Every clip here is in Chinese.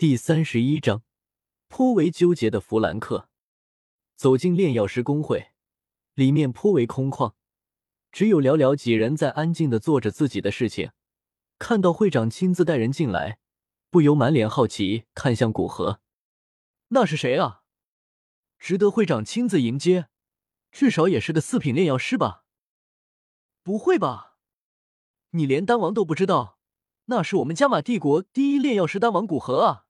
第31章，颇为纠结的弗兰克。走进炼药师公会，里面颇为空旷，只有寥寥几人在安静地做着自己的事情。看到会长亲自带人进来，不由满脸好奇看向古河。那是谁啊？值得会长亲自迎接，至少也是个4品炼药师吧？不会吧？你连丹王都不知道？那是我们加玛帝国第一炼药师丹王古河啊！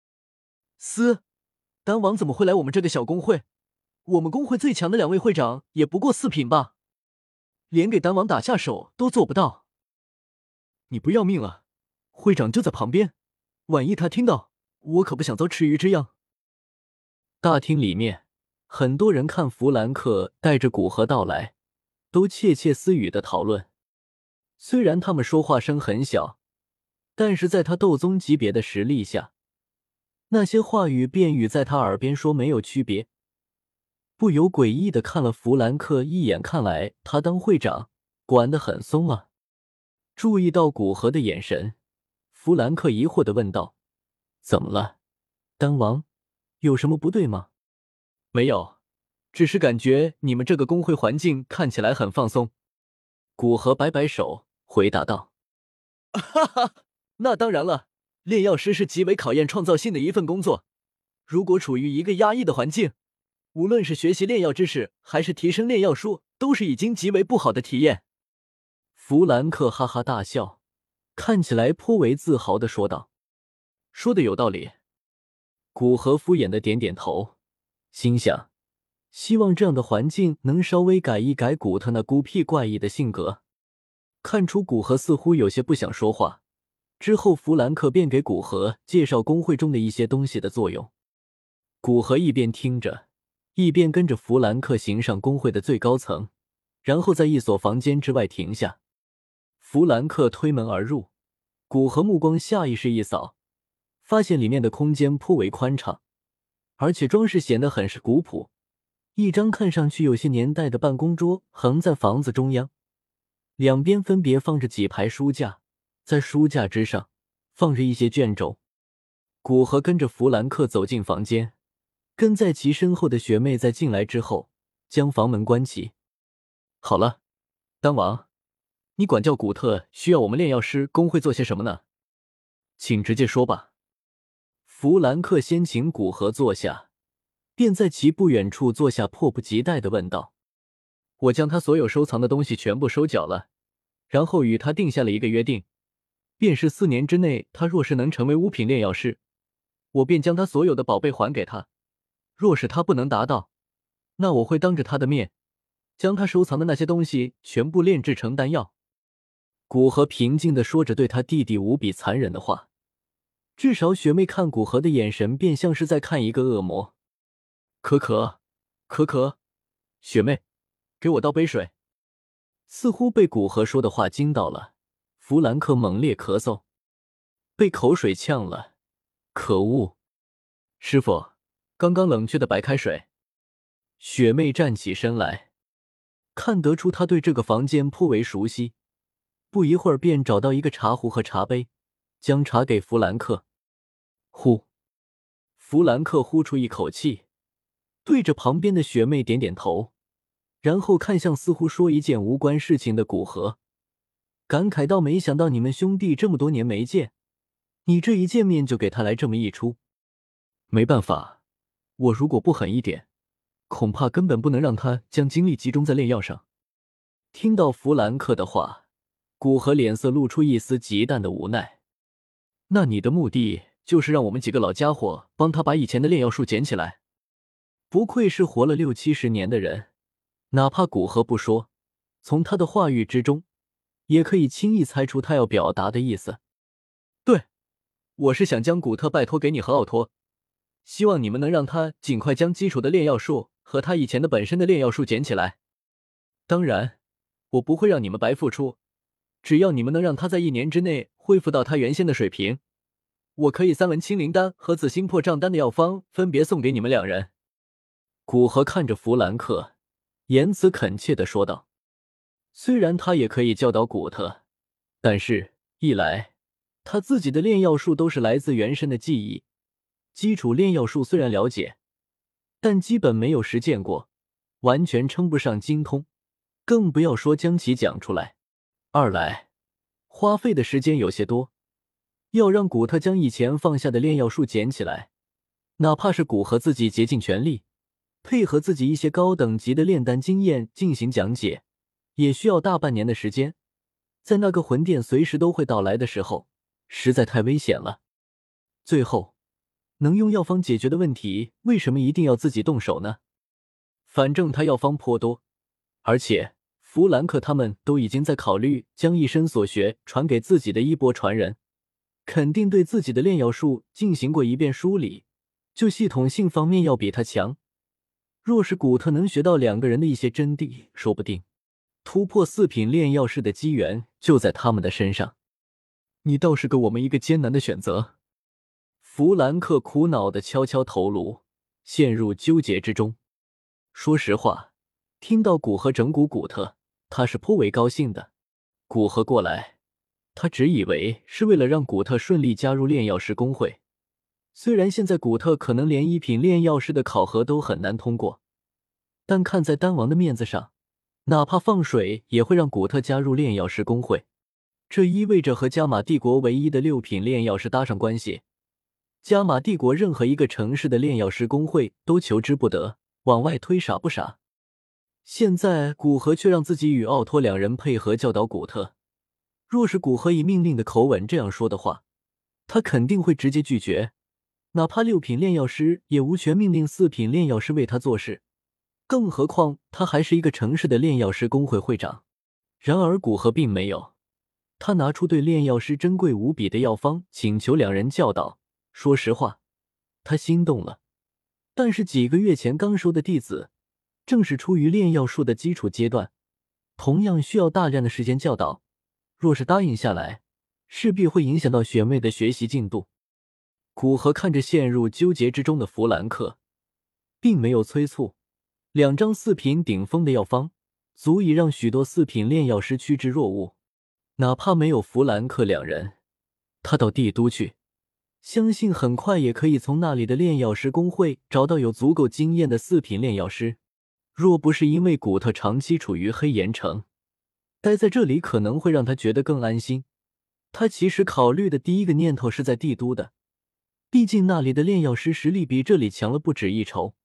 丹王怎么会来我们这个小公会？我们公会最强的2位会长也不过4品吧，连给丹王打下手都做不到。你不要命了？会长就在旁边，万一他听到，我可不想遭池鱼之殃。大厅里面，很多人看弗兰克带着古河到来，都窃窃私语的讨论。虽然他们说话声很小，但是在他斗宗级别的实力下，那些话语便与在他耳边说没有区别，不由诡异的看了弗兰克一眼，看来他当会长管得很松啊。注意到古河的眼神，弗兰克疑惑的问道：怎么了，丹王？有什么不对吗？没有，只是感觉你们这个公会环境看起来很放松。古河摆摆手回答道：哈哈，那当然了，炼药师是极为考验创造性的一份工作，如果处于一个压抑的环境，无论是学习炼药知识还是提升炼药术，都是已经极为不好的体验。弗兰克哈哈大笑，看起来颇为自豪地说道：说的有道理。古河敷衍的点点头，心想希望这样的环境能稍微改一改古特那孤僻怪异的性格。看出古河似乎有些不想说话，之后弗兰克便给古河介绍公会中的一些东西的作用。古河一边听着，一边跟着弗兰克行上公会的最高层，然后在一所房间之外停下。弗兰克推门而入，古河目光下意识一扫，发现里面的空间颇为宽敞，而且装饰显得很是古朴。一张看上去有些年代的办公桌横在房子中央，两边分别放着几排书架，在书架之上放着一些卷轴。古河跟着弗兰克走进房间，跟在其身后的学妹在进来之后将房门关起。好了，丹王，你管教古特需要我们炼药师公会做些什么呢？请直接说吧。弗兰克先请古河坐下，便在其不远处坐下，迫不及待地问道：我将他所有收藏的东西全部收缴了，然后与他定下了一个约定，便是4年之内他若是能成为5品炼药师，我便将他所有的宝贝还给他，若是他不能达到，那我会当着他的面将他收藏的那些东西全部炼制成丹药。古河平静地说着对他弟弟无比残忍的话，至少学妹看古河的眼神便像是在看一个恶魔。可，学妹，给我倒杯水。似乎被古河说的话惊到了，弗兰克猛烈咳嗽，被口水呛了。可恶！师傅，刚刚冷却的白开水。学妹站起身来，看得出她对这个房间颇为熟悉，不一会儿便找到一个茶壶和茶杯，将茶给弗兰克。呼！弗兰克呼出一口气，对着旁边的学妹点点头，然后看向似乎说一件无关事情的古河，感慨道：没想到你们兄弟这么多年没见，你这一见面就给他来这么一出。没办法，我如果不狠一点，恐怕根本不能让他将精力集中在炼药上。听到弗兰克的话，古河脸色露出一丝极淡的无奈。那你的目的就是让我们几个老家伙帮他把以前的炼药术捡起来？不愧是活了60-70年的人，哪怕古河不说，从他的话语之中也可以轻易猜出他要表达的意思。对，我是想将古特拜托给你和奥托，希望你们能让他尽快将基础的炼药术和他以前的本身的炼药术捡起来。当然，我不会让你们白付出，只要你们能让他在1年之内恢复到他原先的水平，我可以3文清灵丹和紫心破障丹的药方分别送给你们2人。古河看着弗兰克，言辞恳切地说道。虽然他也可以教导古特，但是一来他自己的炼药术都是来自原身的记忆， 基础炼药术虽然了解，但基本没有实践过，完全称不上精通，更不要说将其讲出来。二来，花费的时间有些多，要让古特将以前放下的炼药术捡起来，哪怕是古河自己竭尽全力，配合自己一些高等级的炼丹经验进行讲解，也需要大半年的时间。在那个魂殿随时都会到来的时候，实在太危险了。最后，能用药方解决的问题，为什么一定要自己动手呢？反正他药方颇多，而且弗兰克他们都已经在考虑将一身所学传给自己的衣钵传人，肯定对自己的炼药术进行过一遍梳理，就系统性方面要比他强。若是古特能学到两个人的一些真谛，说不定突破四品炼药师的机缘就在他们的身上。你倒是给我们一个艰难的选择。弗兰克苦恼地敲敲头颅，陷入纠结之中。说实话，听到古河整蛊古特，他是颇为高兴的。古河过来，他只以为是为了让古特顺利加入炼药师公会。虽然现在古特可能连一品炼药师的考核都很难通过，但看在丹王的面子上，哪怕放水也会让古特加入炼药师公会。这意味着和加玛帝国唯一的6品炼药师搭上关系，加玛帝国任何一个城市的炼药师公会都求之不得，往外推傻不傻。现在古河却让自己与奥托两人配合教导古特，若是古河以命令的口吻这样说的话，他肯定会直接拒绝，哪怕6品炼药师也无权命令4品炼药师为他做事，更何况他还是一个城市的炼药师公会会长。然而古河并没有，他拿出对炼药师珍贵无比的药方，请求两人教导。说实话，他心动了，但是几个月前刚收的弟子正是处于炼药术的基础阶段，同样需要大量的时间教导，若是答应下来，势必会影响到学妹的学习进度。古河看着陷入纠结之中的弗兰克，并没有催促，2张4品顶峰的药方足以让许多4品炼药师趋之若鹜。哪怕没有弗兰克两人，他到帝都去，相信很快也可以从那里的炼药师公会找到有足够经验的4品炼药师。若不是因为古特长期处于黑岩城，待在这里可能会让他觉得更安心。他其实考虑的第一个念头是在帝都的，毕竟那里的炼药师实力比这里强了不止一筹。